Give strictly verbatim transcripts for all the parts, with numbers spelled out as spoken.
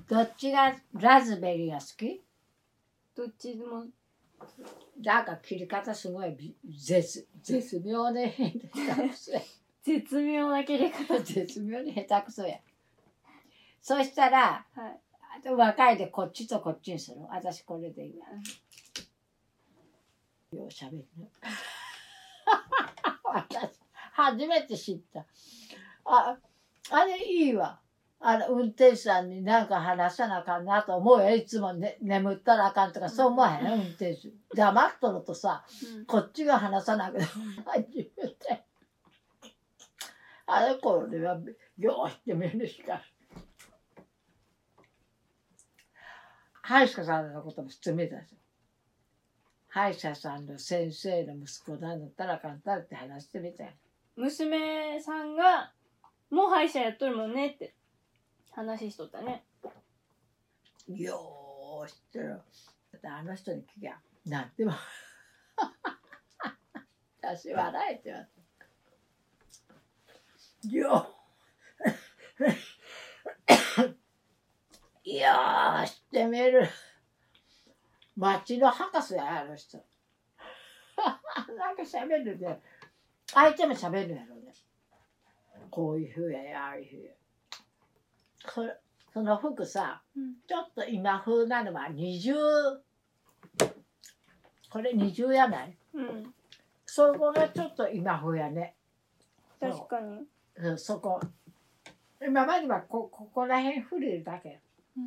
どっちがラズベリーが好き？ どっちでも。 なんか切り方すごいび絶絶妙で下手くそや。 絶妙な切り方。 絶妙に下手くそや。そしたら、 はい。 あと若いでこっちとこっちにする。私これでいいわ。ようしゃべる。私初めて知った。あ、あれいいわ。あの運転手さんに何か話さなあかんなと思うよ。いつも、ね、眠ったらあかんとかそう思わへん、うん、運転手。黙っとるとさ、うん、こっちが話さなくて初めて。あれこれはようしてみるしか。歯医者さんのことも失明だし。歯医者さんの先生の息子なんだったらあかんたらって話してみたよ。 娘さんがもう歯医者やっとるもんねって話しとったね。 よー知ってる。あの人に聞きゃなんでも私笑えてます。よいやー知ってみる。町の博士やあの人。なんか喋るで、相手も喋るやろね。こういうふうやああいうふうや。それその服さ、うん、ちょっと今風なのは二重、これ二重やない、うん、そこがちょっと今風やね。 確かに。 そ, そこ今までは こ, ここら辺フリルだけ、うん、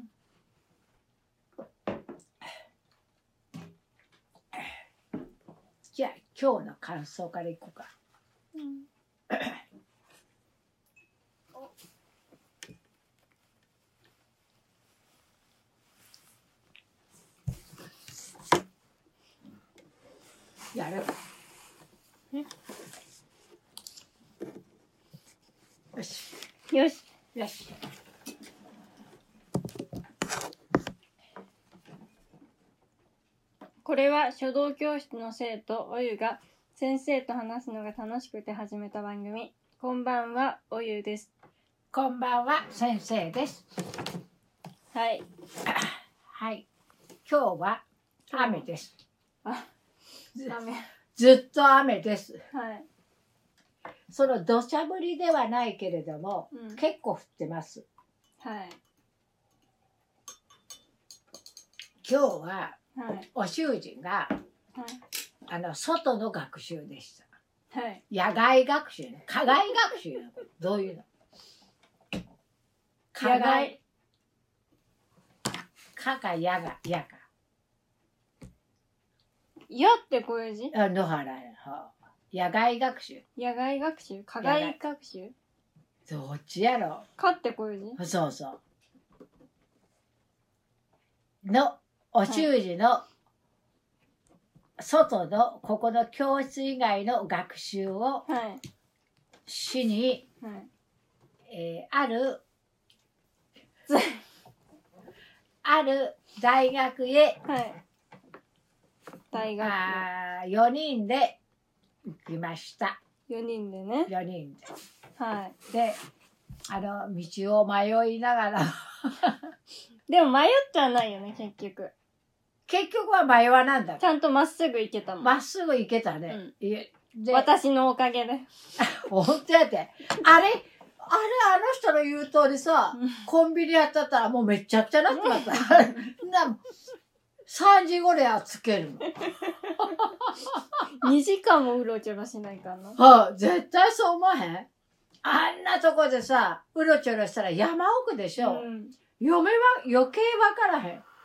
じゃあ今日の感想からいこうか、うんやる。よし。 よし。 よし。 これは書道教室の生徒おゆが先生と話すのが楽しくて始めた番組。こんばんは、おゆです。 こんばんは、先生です。 はい。 はい。今日は雨です。 あ。雨ずっと雨です。 はい。 その土砂降りではないけれども、うん、結構降ってます。 はい。 今日は、はい、お習字が、はい、あの外の学習でした。はい。野外学習、課外学習。どういうの？課外。課か野が野か。 やってこういう字？ あ、野原や。野外学習。 野外学習？課外学習？ どっちやろ？ かってこういう字？そうそう。の、お習字の、はい、外の、ここの教室以外の学習を、はい、しに、はい、えー、ある、ある大学へ、はい、 大学あよにんで行きました。 よにんでね。 よにんで。 はい。 で、あの道を迷いながらでも迷ってはないよね、結局。 結局は迷わなんだ。 ちゃんとまっすぐ行けたもん。 まっすぐ行けたね。うん、 で私のおかげで。 本当やって。あれあれ、あの人の言う通りさ、コンビニやったったらもうめっちゃくちゃなってました。なさんじごではつけるの。にじかんもうろちょろしないかな。 はあ、絶対そう思わへん？あんなとこでさ、うろちょろしたら山奥でしょ。うん、嫁は余計わからへん。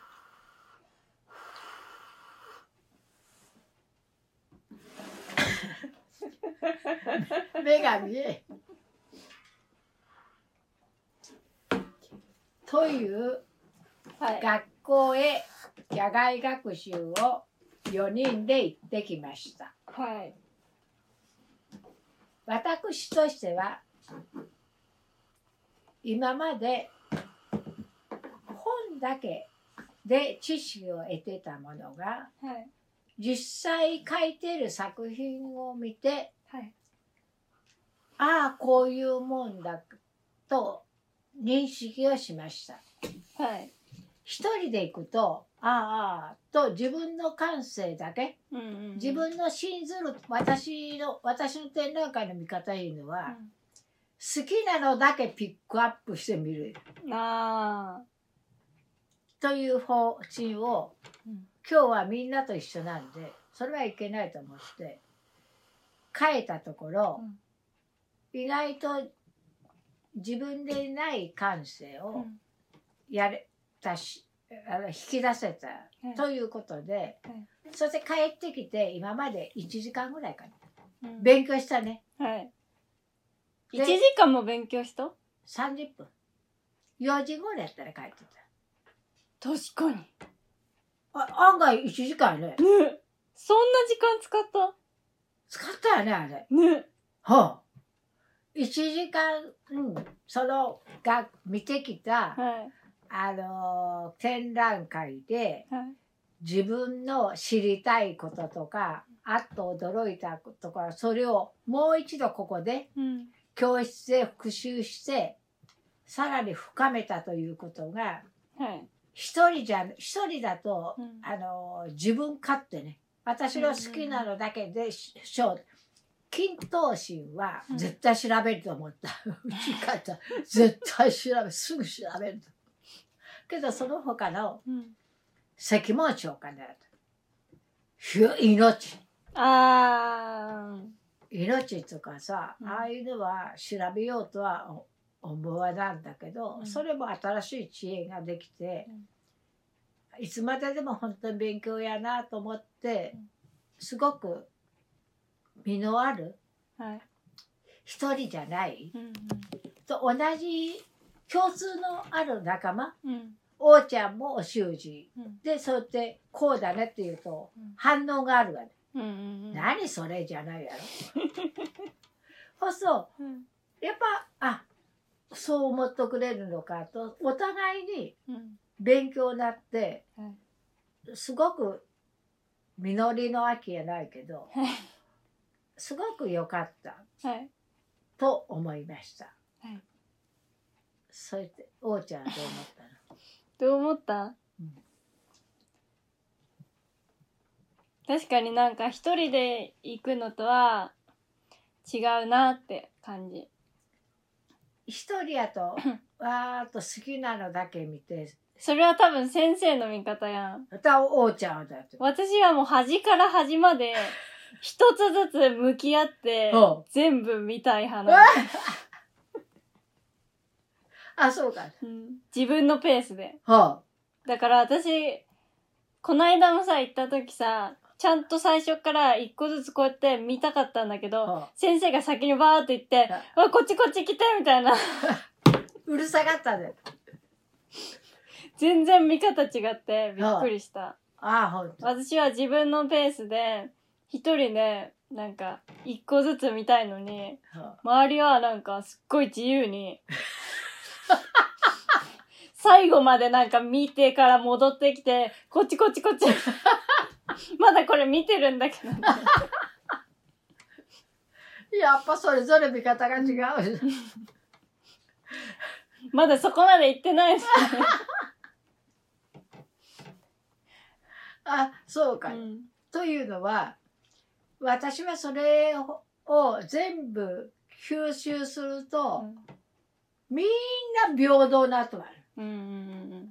目が見え。という、はい、学校へ野外学習をよにんで行ってきました。はい。私としては今まで本だけで知識を得てたものが、はい、実際書いてる作品を見て、はい、ああこういうもんだと認識をしました。 はい。 一人で行くと、ああ、と自分の感性だけ、 うんうんうん、 自分の信ずる、私の、私の展覧会の見方いうのは、 うん、 好きなのだけピックアップしてみる。 あという方針を、 ー、うん、 今日はみんなと一緒なんで、それはいけないと思って、変えたところ、うん、意外と自分でない感性をやれたし、あの引き出せた、はい、ということで、はい、そして帰ってきて今までいちじかんぐらいかな、うん、勉強したね。 はい。いちじかんも勉強した？ さんじゅっぷん。よじ頃やったら帰ってた。確かに。 あ、案外いちじかんね。 ね。そんな時間使った？ 使ったよね、あれ。 ね。 はあ。いちじかん、うん、そのが見てきた、はい、あのー、展覧会で、はい、自分の知りたいこととか、あっと驚いたこととか、それをもう一度ここで、教室で復習して、さらに深めたということが、はい、一人じゃ、一人だと、うん、あのー、自分勝手ね、私の好きなのだけでしょう。均等心は絶対調べると思った。うち方絶対調べる。すぐ調べると。けどその他の関門町かなと。命。 ああ。 命とかさ、うん、ああいうのは調べようとは思わなんだけど、うん、それも新しい知恵ができて、うん、いつまででも本当に勉強やなと思って、すごく身のある、はい、一人じゃない、うんうん、と同じ共通のある仲間、うん、おうちゃんもお習字、うん、でそうやってこうだねって言うと、うん、反応があるわね、うんうんうん、何それじゃないやろそうそう、うん、やっぱあそう思ってくれるのかとお互いに勉強になって、うん、すごく実りの秋やないけどすごく良かった、はい、と思いました。はい、それで、おうちゃんはどう思ったの？ どう思った？うん、確かになんか一人で行くのとは違うなって感じ。 一人やと、わーっと好きなのだけ見て。 それは多分先生の見方やん。 またおうちゃんはだって。 私はもう端から端まで、一つずつ向き合って全部見たい派なの。 あ、そうか、 うん。自分のペースで。 はあ、 だから私、この間もさ、行った時さ、ちゃんと最初から一個ずつこうやって見たかったんだけど、はあ、先生が先にバーって言って、はあ、わ、こっちこっち来てみたいな。 うるさかったね。 全然見方違ってびっくりした。 はあ、あ、ほんと。 私は自分のペースで、一人で、なんか、一個ずつ見たいのに、はあ、周りはなんかすっごい自由に、最後までなんか見てから戻ってきて、こっちこっちこっち。まだこれ見てるんだけど、ね。 やっぱそれぞれ見方が違う。 まだそこまで行ってないですね。 あ、そうか、うん。というのは、私はそれを全部吸収すると、うん、みんな平等なとある。うんうんうん、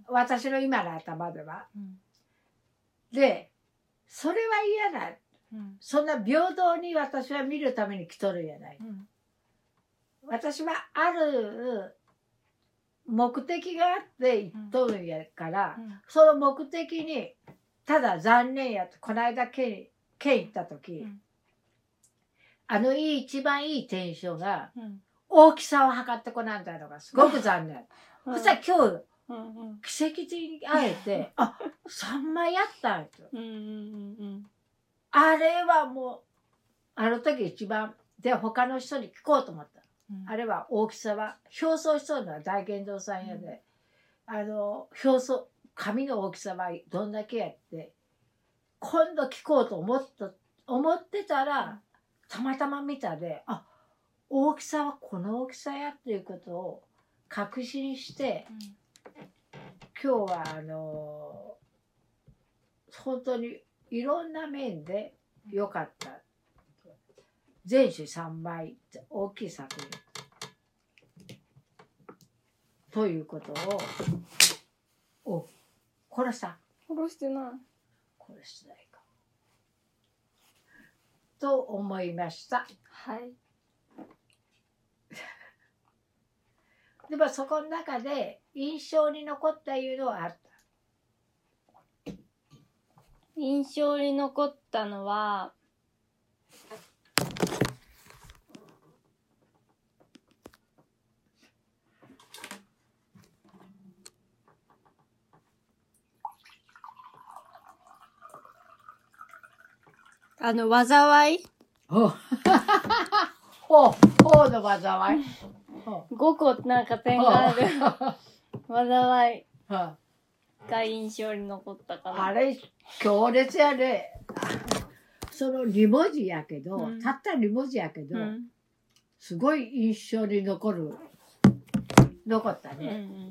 私の今の頭では。うん、で、それは嫌だ、うん。そんな平等に私は見るために来とるんやない。うん、私はある目的があって行っとるんやから、うんうん、その目的に、ただ残念やと、この間県、県行った時、うん、あのいい一番いいテンションが、うん、大きさを測ってこなんだのがすごく残念。うん、そしたら今日、うんうん、奇跡的に会えて、あ、さんまいやったんと、うんうんうん。あれはもう、あの時一番、で、他の人に聞こうと思った。うん、あれは大きさは、表層しとるのは大玄堂さんやで、うん、あの、表層、紙の大きさはどんだけやって、今度聞こうと思った、思ってたら、たまたま見たで、あ、大きさはこの大きさやっていうことを確信して、 今日はあの本当にいろんな面で良かった。全種さんまい大きい作品ということをお殺した殺してない殺してないかと思いました。 はいでもそこの中で印象に残ったいうのはあった。 印象に残ったのはあの災いほうほうの災いごこなんか点がある災いが印象に残ったかな。 あれ強烈やね。そのに文字やけど、うん、たったに文字やけど、うん、すごい印象に残る残ったね、うんうん、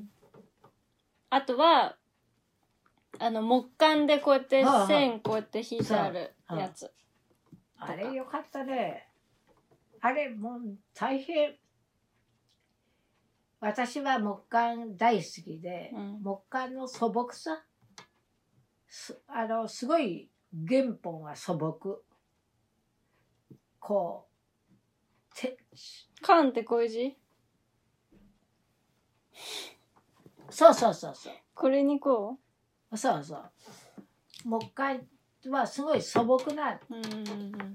あとはあの木管でこうやって線こうやって引いてあるやつ、はあはあ、あれよかったね。あれもう大変。私は木管大好きで、うん、木管の素朴さすあのすごい原本は素朴。こうて管ってこういう字？ そうそうそうそう。 これにこう？そうそう。木管はすごい素朴な。 うんうんうん、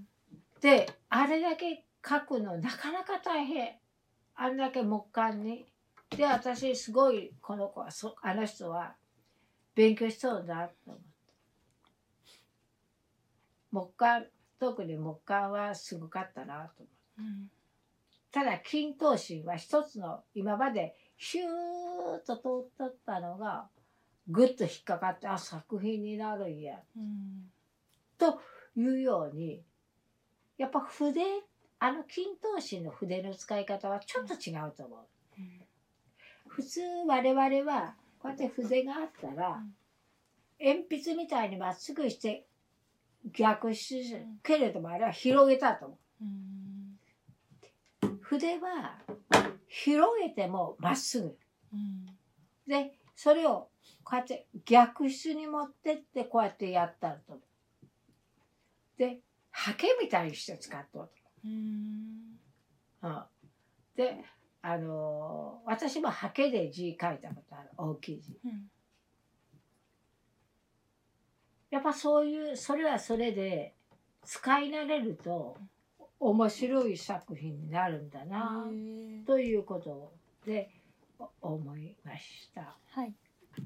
であれだけ書くのなかなか大変。あんだけ木管に。で私すごいこの子はそあの人は勉強しそうだと思って。木管特に木管はすごかったなと思って、うん、ただ均等心は一つの今までヒューッと通っとったのがグッと引っかかってあ作品になるんや、うん、というようにやっぱ筆あの均等心の筆の使い方はちょっと違うと思う、うん、普通我々はこうやって筆があったら、うん、鉛筆みたいにまっすぐして逆しけれどもあれは広げたと思う、うん、筆は広げてもまっすぐ、うん、でそれをこうやって逆筆に持ってってこうやってやったと思う。でハケみたいにして使っとると思う、うんうん、であのー、私もハケで字書いたことある大きい字、うんやっぱそういうそれはそれで使い慣れると面白い作品になるんだなということで思いました。はい。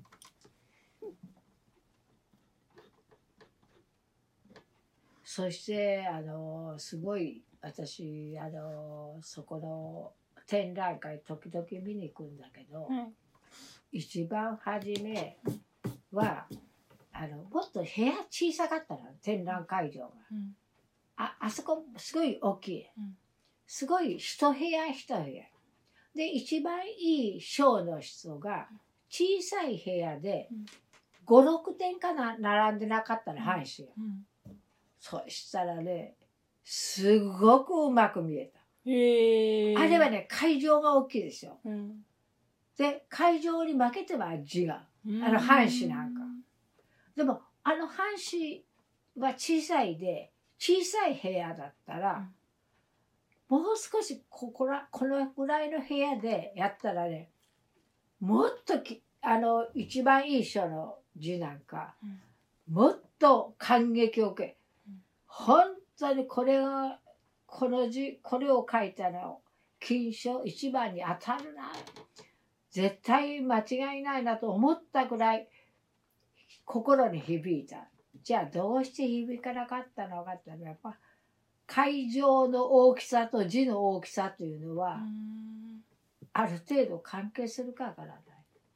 そしてあのすごい私あのそこの展覧会時々見に行くんだけど、うん、一番初めはあのもっと部屋小さかったの展覧会場が、うん、あ, あそこすごい大きい、うん、すごい一部屋一部屋で一番いいショーの人が小さい部屋でごろくてんかな並んでなかったら阪神、うんうん、そしたらねすごくうまく見えた。へーあれはね会場が大きいですよ、うん、で会場に負けては字があの阪神なんかでもあの半紙は小さいで小さい部屋だったら、うん、もう少しここらこのぐらいの部屋でやったらねもっときあの一番いい書の字なんか、うん、もっと感激を受け、うん、本当にこれがこの字これを書いたの金賞一番に当たるな絶対間違いないなと思ったぐらい心に響いた。じゃあどうして響かなかったのかってのはやっぱ会場の大きさと字の大きさというのはある程度関係するかわからない。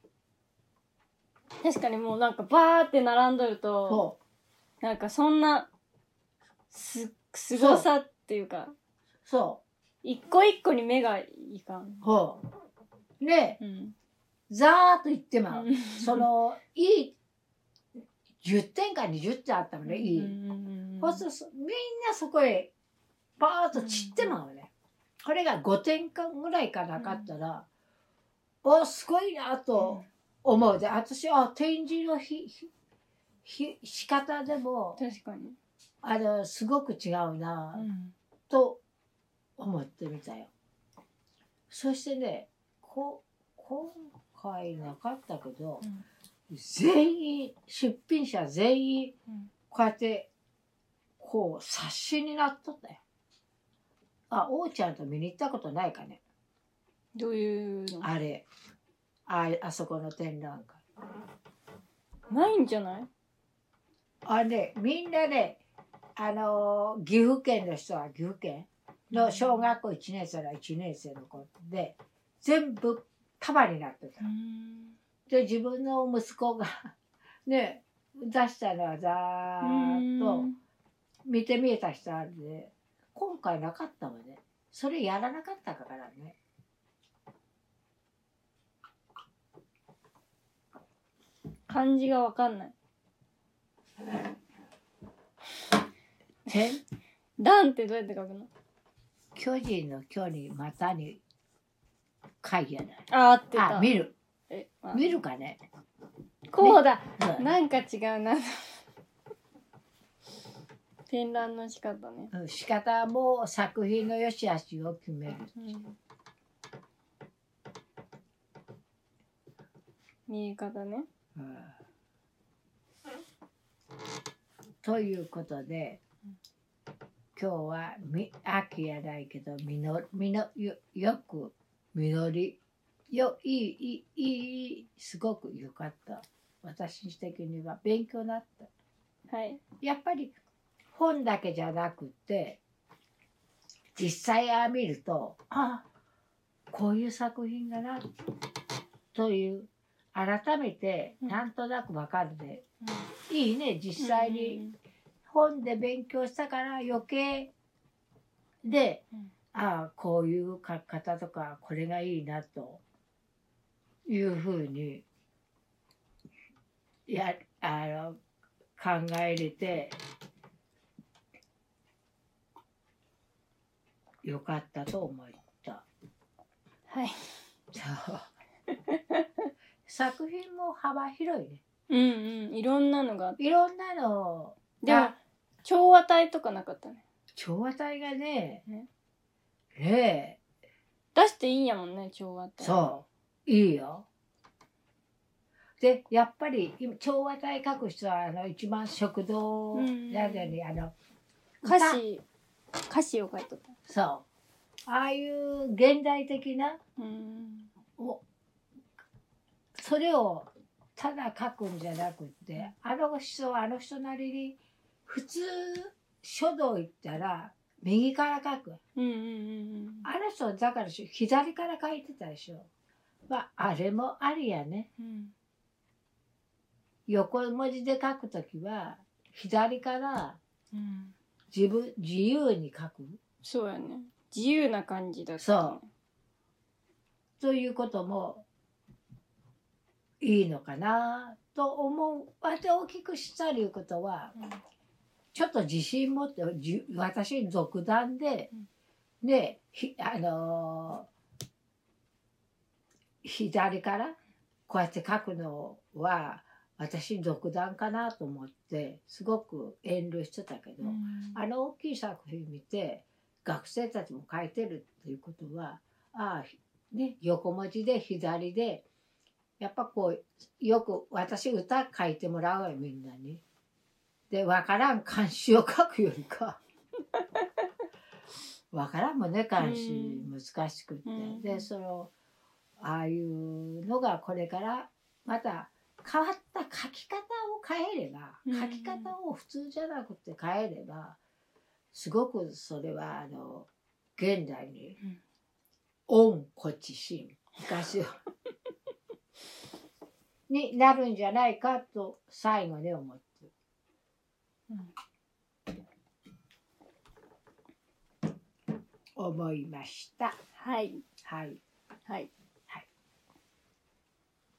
確かにもうなんかバーって並んどるとなんかそんなすすごさっていうかそう一個一個に目がいかん。 そうね、うん、 ざーっと言ってまう。そのいいじゅってんかにじゅってんあったのね、いい。そうするとみんなそこへバーッと散ってまうね。これがごてんかぐらいかなかったら、おすごいなと思うで、私は展示のひひ仕方でも確かにあれすごく違うなうんと思ってみたよ。そしてね、こ今回なかったけど、 うん全員出品者全員うんこうやってこう冊子になっとったよ。あ、おーちゃんと見に行ったことないかね。 どういうのあれ、ああそこの展覧会。 ないんじゃない？ あれね、みんなね、あのー岐阜県の人は岐阜県の小学校いちねん生のいちねん生の子で全部束になってた。で自分の息子がね出したのはざーっと見てみえた人あるんで、今回なかったわね。それやらなかったからね。 漢字がわかんない。 点段ってどうやって書くの？ 巨人の巨に股に書いてない。 あ、合ってた。 あ、見る。 えあ見るかね。 こうだ。 うんなんか違うな。展覧の仕方ね。 うん仕方も作品の良し悪しを決める。 うん見え方ね。 うんということで、今日はみ秋やないけどみのみのよよく実りよいいいいいいすごく良かった。私的には勉強になった。 はい。 やっぱり本だけじゃなくて実際あ見ると、あこういう作品だなという改めてなんとなくわかるで、いいね。実際に本で勉強したから余計で、 うんああこういう書き方とかこれがいいなというふうにやあの考えれてよかったと思った。 はい。 そう作品も幅広いね。 うんうん。いろんなのがあって。 いろんなのでも調和体とかなかったね。 調和体がね、 ねねえ出していいんやもんね、調和体。 そういいよ。でやっぱり調和体書く人はあの一番食堂やでにあの歌詞歌詞を書いとった。 そうああいう現代的なうんおそれをただ書くんじゃなくってあの人はあの人なりに普通書道行ったら右から書く。 うんうんうんあの人だから左から書いてたでしょ。まああれもありやね。 うん横文字で書くときは左からうん自分自由に書く。 そうやね。自由な感じだった、ね。 そうということもいいのかなと思う。あて大きくしたりいうことは、 うんちょっと自信持ってじ私独断で、うん、でひあのー、左からこうやって書くのは私独断かなと思ってすごく遠慮してたけど、うん、あの大きい作品見て学生たちも書いてるっていうことはああ、ね、横文字で左でやっぱこうよく私歌書いてもらうわよみんなに。で分からん漢詩を書くよりか分からんもんね漢詩難しくって、うん、でそのああいうのがこれからまた変わった書き方を変えれば、うん、書き方を普通じゃなくて変えればすごくそれはあの現代に恩こちしん昔はになるんじゃないかと最後に思って。思いました。 はい。 はい。 はい。 はい。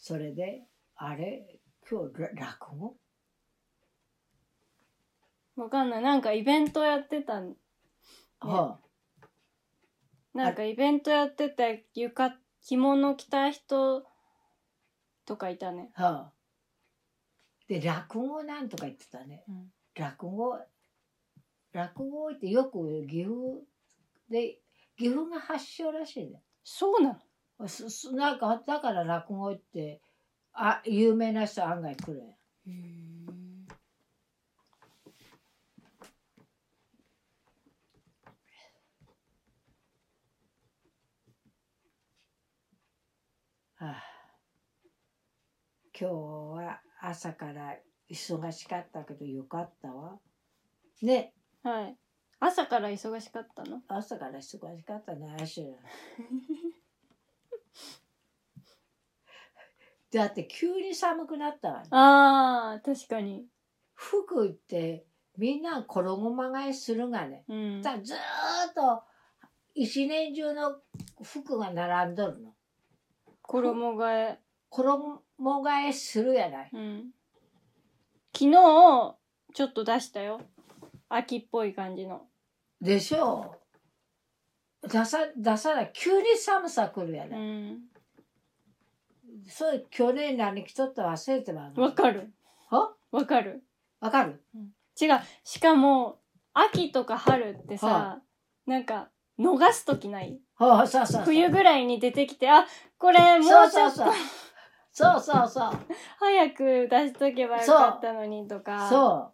それであれ今日ら落語わかんない。なんかイベントやってたん、ね、 はあ、 なんかイベントやってて浴衣着物着た人とかいたね。 はあ、で落語なんとか言ってたね、 うん、 落語落語ってよく岐阜で岐阜が発祥らしいね。 そうなの？ そそなんかだから落語ってあ有名な人案外来るんや。 へー。 はあ、今日は朝から忙しかったけどよかったわ。ね。 はい。朝から忙しかったの？ 朝から忙しかったね、あしだって急に寒くなったわね。 ああ、確かに。 服ってみんな衣替えするがね。 うん。 だずーっと一年中の服が並んどるの。 衣替え。 衣替えするやない。 うん。昨日ちょっと出したよ。秋っぽい感じの。 でしょう。出さ出さない急に寒さ来るやうない。 ん。 そう去年何着とった忘れてまう。 わかる。 は？ わかる。 わかる？ うん、違う。しかも秋とか春ってさ、 はなんか逃すときない？ はあ、そうそうそう。 冬ぐらいに出てきて、あ、これもうちょっとそうそうそうそうそう。 早く出しとけばよかったのにとか、 そう。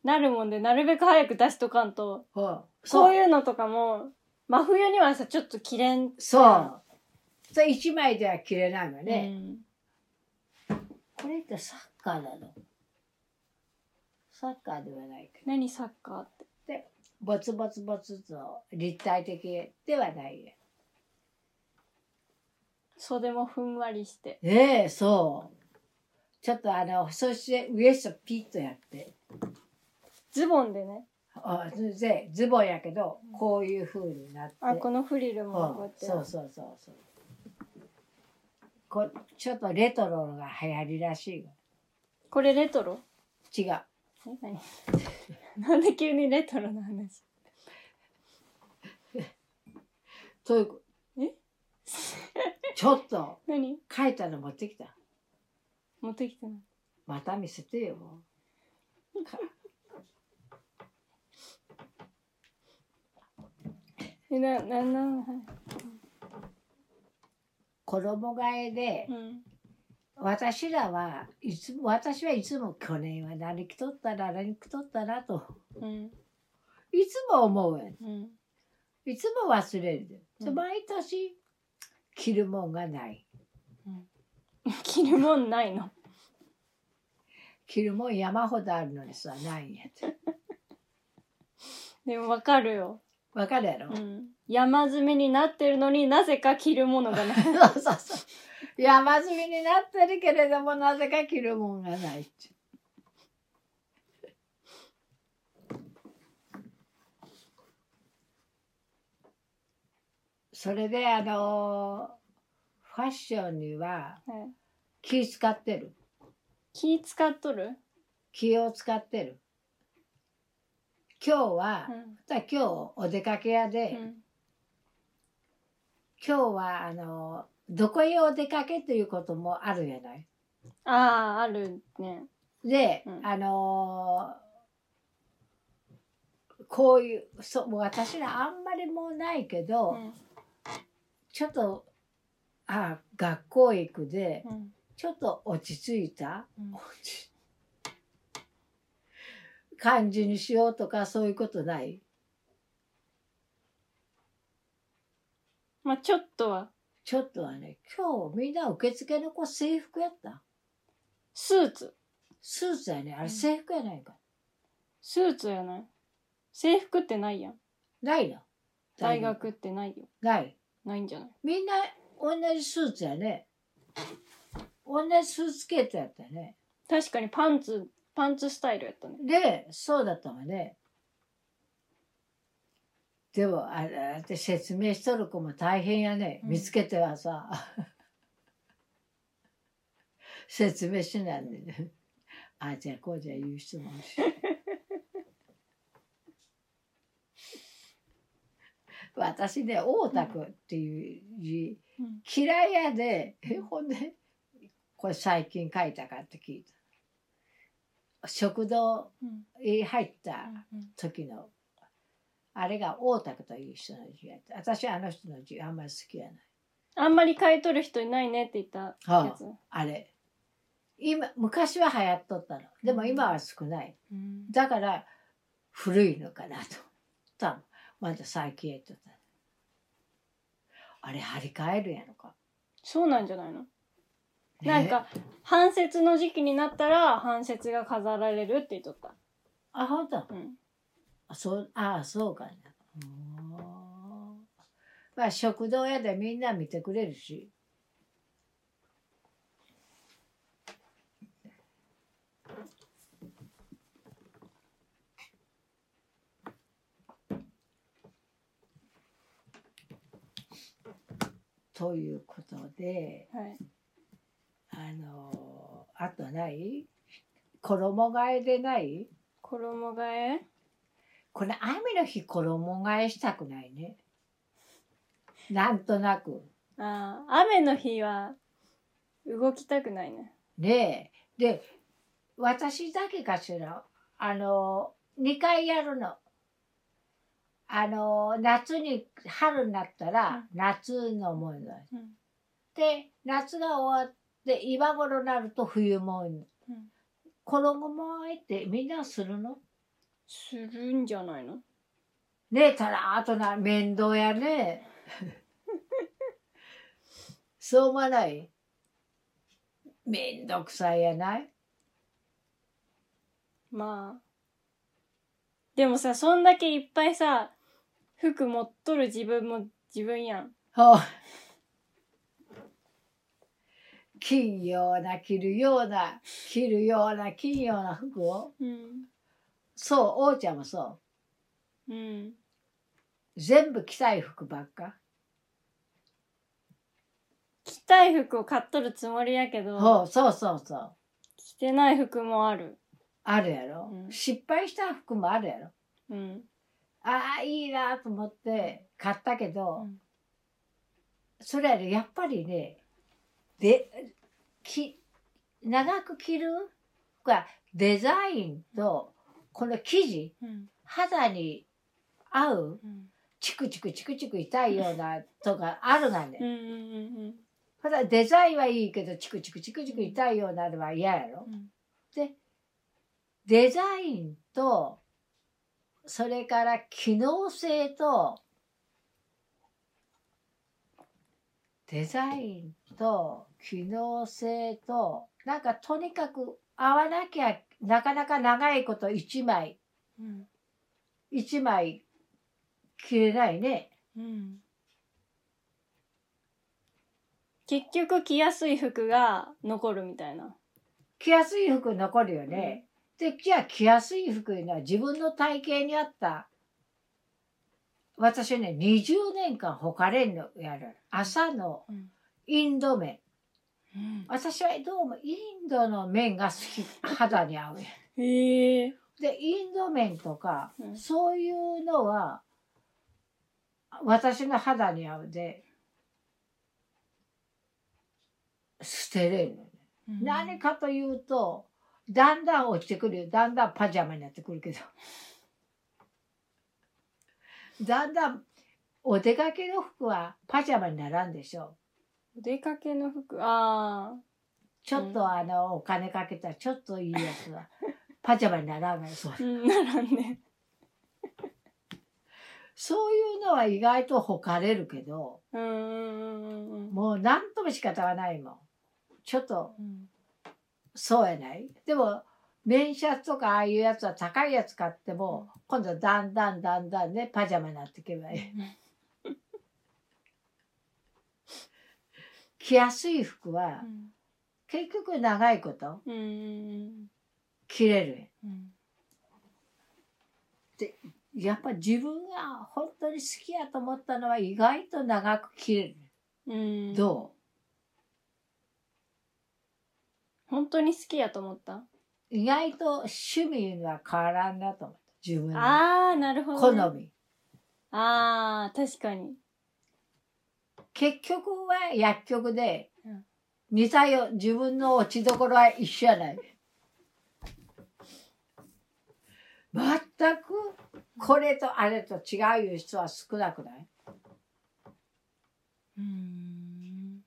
なるもんで、なるべく早く出しとかんと、 はあ、 そういうのとかも真冬にはさちょっと着れん。 そう。それ一枚では着れないのね。 うん、 これってサッカーなの？サッカーではないけど。 何サッカーって？ で、ボツボツボツと立体的ではないよ。 袖もふんわりして。 ねえ、そう。ちょっとあの、そしてウエストピッとやって。 ズボンでね。 あでズボンやけど、こういう風になって。 あ、このフリルもこうやって。 そうそうそうそう。こちょっとレトロが流行りらしい。 これレトロ？ 違う。 え、何？なんで急にレトロな話？ そういう。 え？ ちょっと。 何？ 書いたの持ってきた。 持ってきてない。 また見せてよ。 え、な、な、な、はい。 衣替えで、 うん、 私らはいつも私はいつも去年は何着とったら何着とったらと、 うん、 いつも思うやん。 うん、 いつも忘れるで、 うん、 毎年着るもんがない、 うん、着るもんないの？ 着るもん山ほどあるのにさないんやってでもわかるよ。 わかるやろ、 うん、山積みになってるのになぜか着るものがないそうそうそう山積みになってるけれどもなぜか着るもんがないってそれであのファッションには気使ってる、 気使っとる？ 気を使ってる。今日は、うん、今日お出かけ屋で、うん、今日はあのどこへお出かけということもあるじゃない。 ああ、あるね。 で、うん、あのー、こういうそ私らあんまりもうないけど、うん、ちょっとあ学校行くで、うん、ちょっと落ち着いた、うん、感じにしようとかそういうことない？ まあちょっとは。 ちょっとはね、今日みんな受付の子制服やった？ スーツ。 スーツやね。あれ制服やないか。うん、 スーツやない。制服ってないやん。 ないの。 大学ってないよ。 ない。 ないんじゃない？ みんな同じスーツやね。同じスーツケースやったね。 確かにパンツ、パンツスタイルやったね。 で、そうだったわね。でもあれ説明しとる子も大変やね、うん、見つけてはさ説明しないんでね。あ、じゃあこうじゃ言う人もいるし。私ね、大田区っていう字、 うん、 嫌いやで、え、ほんで、これ最近書いたかって聞いた。食堂に入った時の、あれが大田区という人の字やって、私はあの人の字あんまり好きやない。 あんまり買い取る人いないねって言ったやつ。 はあ、あれ。今、昔は流行っとったの。でも今は少ない。 うん、 だから古いのかなと。多分まだ最近やっとった。あれ張り替えるやろか。 そうなんじゃないの、 ね、 なんか半節の時期になったら半節が飾られるって言っとった。 あ、ほんと、 うん、 あ、そう、あ、そうかな。まあ食堂屋でみんな見てくれるし。ということで、 はい、 あのあとない衣替えでない衣替え、 これ雨の日衣替えしたくないね。なんとなく。 ああ、雨の日は動きたくないね。 ねえ。で、私だけかしら、あの、にかいやるの。あの、夏に、春になったら、夏のもの、うん、で、夏が終わって、今頃になると冬もの。うん、衣替えってみんなするの？ するんじゃないの？ ねえ、たらあとな、面倒やね。そう思わない？めんどくさいやない？ まあ。でもさ、そんだけいっぱいさ、服持っとる自分も自分やん。 はあ、着ような着るような着るような着ような服を、 うん、 そう、おうちゃんもそう、 うん、 全部着たい服ばっか。 着たい服を買っとるつもりやけど、 そうそうそう。 着てない服もある。 あるやろ、うん、失敗した服もあるやろ、 うん、 ああいいなと思って買ったけど、うん、それやるやっぱりね、でき長く着るがデザインとこの生地、うん、肌に合う、うん、チクチクチクチク痛いようなとかあるがね、うんうんうん、ただデザインはいいけどチクチクチクチク痛いようなのは嫌やろ、うん、でデザインとそれから機能性とデザインと機能性となんかとにかく合わなきゃなかなか長いこと一枚、うん、一枚着れないね、うん、 結局着やすい服が残るみたいな。 着やすい服残るよね、うん、でじゃあ着やすい服いうのは自分の体型に合った私ねにじゅうねんかんほかれんのやる朝のインド麺、うん、私はどうもインドの麺が好き肌に合うやんへえ。 でインド麺とか、うん、そういうのは私の肌に合うで捨てれんのね、うん、何かというとだんだん落ちてくるよ、だんだんパジャマになってくるけどだんだんお出かけの服はパジャマにならんでしょ。 お出かけの服、ああ。 ちょっとあの、うん、お金かけたらちょっといいやつはパジャマにならないそう、 うん、ならんね。 そういうのは意外とほかれるけど、 うん、 もう何とも仕方がないもん。ちょっと、うん、そうやない。でも綿シャツとかああいうやつは高いやつ買っても、うん、今度だんだんだんだんねパジャマになっていけばいい。着やすい服は、うん、結局長いこと、うん、着れる、うん、でやっぱ自分が本当に好きやと思ったのは意外と長く着れる、うん、ど本当に好きやと思った？ 意外と趣味は変わらんなと思った。自分のああ、なるほど、ね。 好み。 ああ、確かに。 結局は薬局でうん似たよ、自分の落ちどころは一緒やない。全くこれとあれと違ういう人は少なくない？ うーん。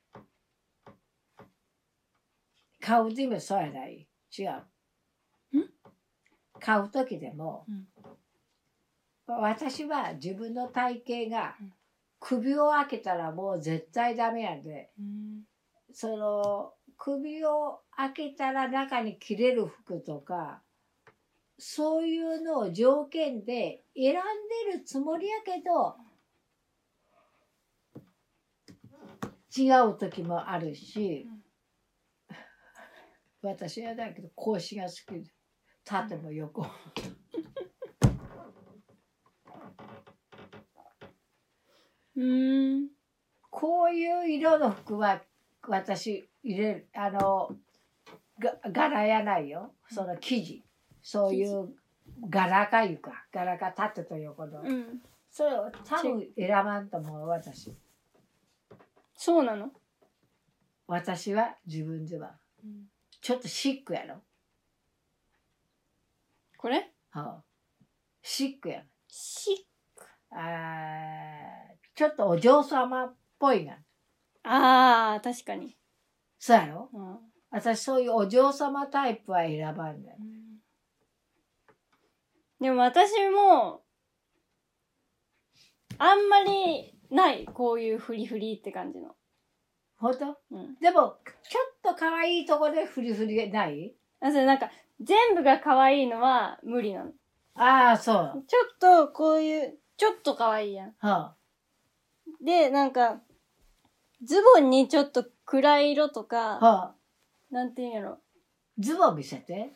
買う時もそうやない。違う。 ん買う時でも、 うん私は自分の体型がうん首を開けたらもう絶対ダメやで、 うんその首を開けたら中に着れる服とかそういうのを条件で選んでるつもりやけど違う時もあるし、うん、私はだけど格子が好きで縦も横うーんこういう色の服は私入れるあのが柄やないよ、その生地そういう柄かいうか柄か縦と横の、 うん、 それを多分選ばんと思う。私そうなの？ 私は自分では、うん、ちょっとシックやろこれ、 はあ、シックやろシックあちょっとお嬢様っぽいがあー確かにそうやろ、 うん、 私そういうお嬢様タイプは選ばんね、うん、 でも私もあんまりないこういうフリフリって感じの。 ほんと、 うん、 でもちょっと可愛いところでフリフリない？ あ、それなんか全部が可愛いのは無理なの。 ああそうちょっとこういうちょっと可愛いやん、はあ、でなんかズボンにちょっと暗い色とか、はあ、なんていうんやろ、 ズボン見せて。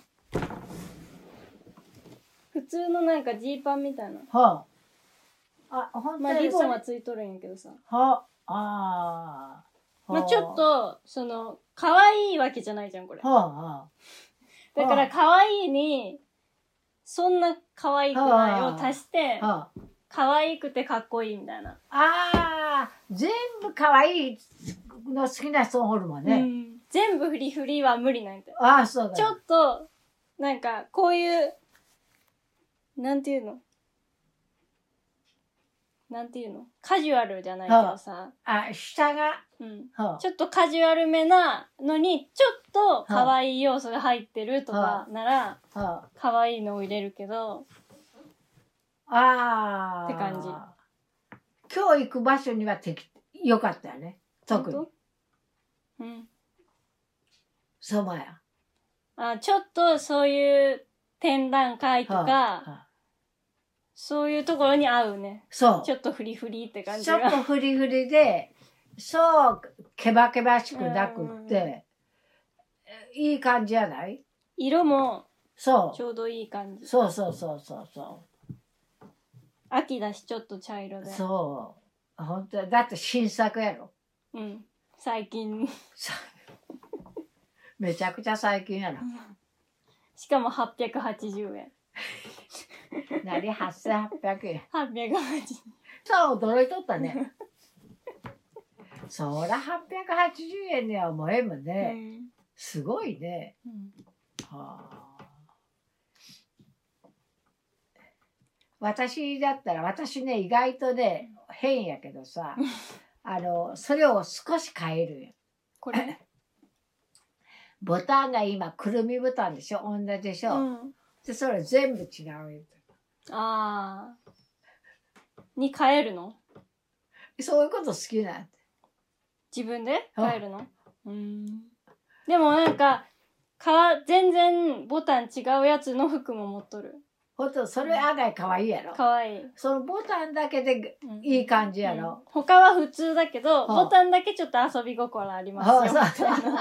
普通のなんかジーパンみたいな、 はあ、あ、ほんとまあリボンはついとるんやけどさ、 はあ、ああ、 まあちょっとその可愛いわけじゃないじゃんこれ、はあはあ、だから可愛いにそんな可愛くないを足して、はあ、可愛くてかっこいいみたいな。ああ、全部可愛いの好きな人おるもんね、うん、 全部フリフリは無理なんだよ。 ああ、そうだ。 ちょっとなんかこういうなんていうのなんていうのカジュアルじゃないけどさ、 ああ、下が、 うん、はあ、ちょっとカジュアルめなのにちょっと可愛い要素が入ってるとかなら、はあ、可愛いのを入れるけど、 ああって感じ。 今日行く場所にはてきよかったよね、特に。うん。そうまや。 あ、ちょっとそういう展覧会とか、はあはあ、そういうところに合うね。そう。ちょっとフリフリって感じが。ちょっとフリフリで、そう、ケバケバしくなくって、いい感じじゃない？ 色も、 そう。 ちょうどいい感じ。 そうそうそうそうそう。 秋だし、ちょっと茶色で。 そう。本当だって新作やろ。 うん。最近。 めちゃくちゃ最近やろ。 しかもはっぴゃくはちじゅうえん。 何はっせんはっぴゃくえん。 はっぴゃくはちじゅうえん。 さあ驚いとったね。そらはっぴゃくはちじゅうえんには思えんもんね。うん、すごいね。うん、はあ、私だったら私ね意外とね変やけどさあのそれを少し変えるよ。 これボタンが今くるみボタンでしょ、同じでしょ、うん、でそれ全部違うよ。 ああに変えるの？ そういうこと好きなんて。 自分で変えるの？うん。でもなんかか全然ボタン違うやつの服も持っとる。 ほんとそれ案外かわいいやろ。 かわいい。 そのボタンだけでいい感じやろ。うんうん、 他は普通だけど、ボタンだけちょっと遊び心ありますよ。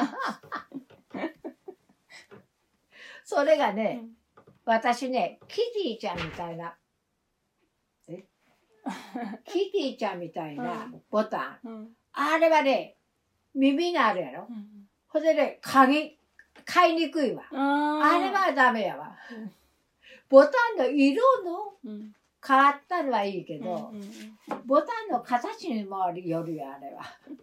それがね、うん、私ねキティちゃんみたいなえキティちゃんみたいなボタン、うん、あれはね耳があるやろ、うん、ほんでね鍵買いにくいわ。 ああれはダメやわ。ボタンの色のうん変わったのはいいけうんど、 うんボタンの形にもよるよ、あれは。